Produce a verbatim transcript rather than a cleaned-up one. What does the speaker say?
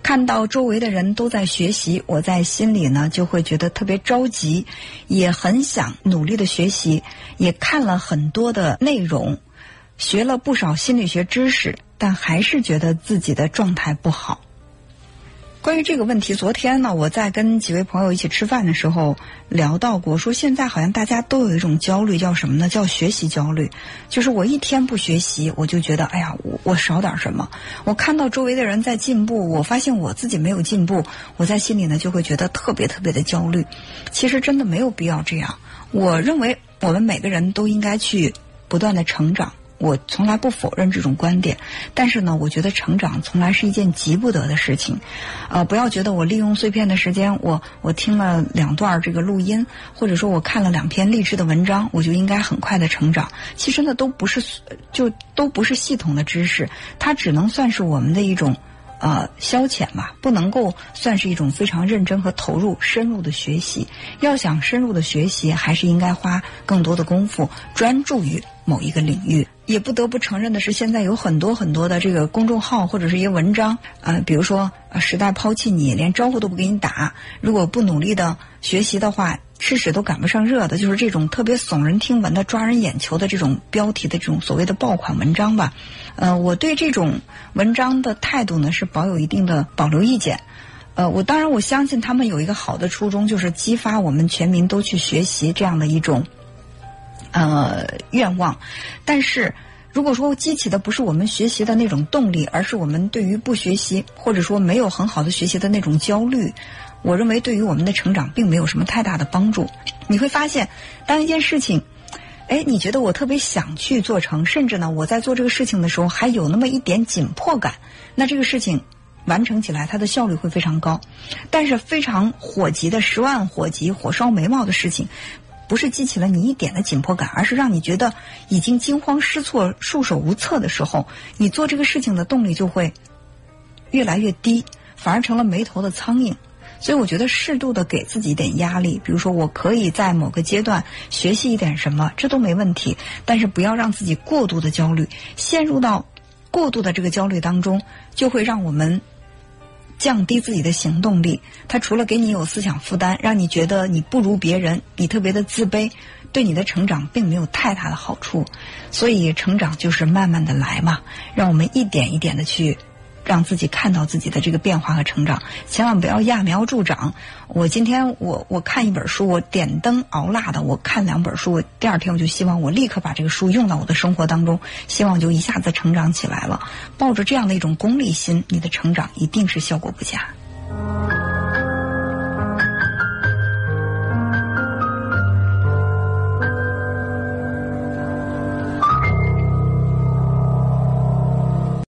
看到周围的人都在学习，我在心里呢就会觉得特别着急，也很想努力的学习，也看了很多的内容，学了不少心理学知识，但还是觉得自己的状态不好。关于这个问题，昨天呢，我在跟几位朋友一起吃饭的时候聊到过，说现在好像大家都有一种焦虑，叫什么呢？叫学习焦虑。就是我一天不学习，我就觉得，哎呀，我我少点什么。我看到周围的人在进步，我发现我自己没有进步，我在心里呢就会觉得特别特别的焦虑。其实真的没有必要这样。我认为我们每个人都应该去不断的成长。我从来不否认这种观点，但是呢，我觉得成长从来是一件急不得的事情，呃，不要觉得我利用碎片的时间，我我听了两段这个录音，或者说我看了两篇励志的文章，我就应该很快的成长。其实呢，都不是就都不是系统的知识，它只能算是我们的一种呃消遣吧，不能够算是一种非常认真和投入深入的学习。要想深入的学习，还是应该花更多的功夫，专注于某一个领域。也不得不承认的是，现在有很多很多的这个公众号或者是一些文章，呃，比如说呃时代抛弃你，连招呼都不给你打，如果不努力的学习的话，吃屎都赶不上热的，就是这种特别耸人听闻的、抓人眼球的这种标题的这种所谓的爆款文章吧。呃，我对这种文章的态度呢是保有一定的保留意见。呃，我当然我相信他们有一个好的初衷，就是激发我们全民都去学习这样的一种呃愿望。但是如果说激起的不是我们学习的那种动力，而是我们对于不学习或者说没有很好的学习的那种焦虑，我认为对于我们的成长并没有什么太大的帮助。你会发现，当一件事情哎，你觉得我特别想去做成，甚至呢我在做这个事情的时候还有那么一点紧迫感，那这个事情完成起来它的效率会非常高。但是非常火急的十万火急火烧眉毛的事情，不是激起了你一点的紧迫感，而是让你觉得已经惊慌失措、束手无策的时候，你做这个事情的动力就会越来越低，反而成了没头的苍蝇。所以我觉得适度的给自己一点压力，比如说我可以在某个阶段学习一点什么，这都没问题，但是不要让自己过度的焦虑，陷入到过度的这个焦虑当中，就会让我们降低自己的行动力。它除了给你有思想负担，让你觉得你不如别人，你特别的自卑，对你的成长并没有太大的好处。所以成长就是慢慢的来嘛，让我们一点一点的去让自己看到自己的这个变化和成长，千万不要揠苗助长。我今天我我看一本书，我点灯熬蜡的，我看两本书，我第二天我就希望我立刻把这个书用到我的生活当中，希望就一下子成长起来了。抱着这样的一种功利心，你的成长一定是效果不佳。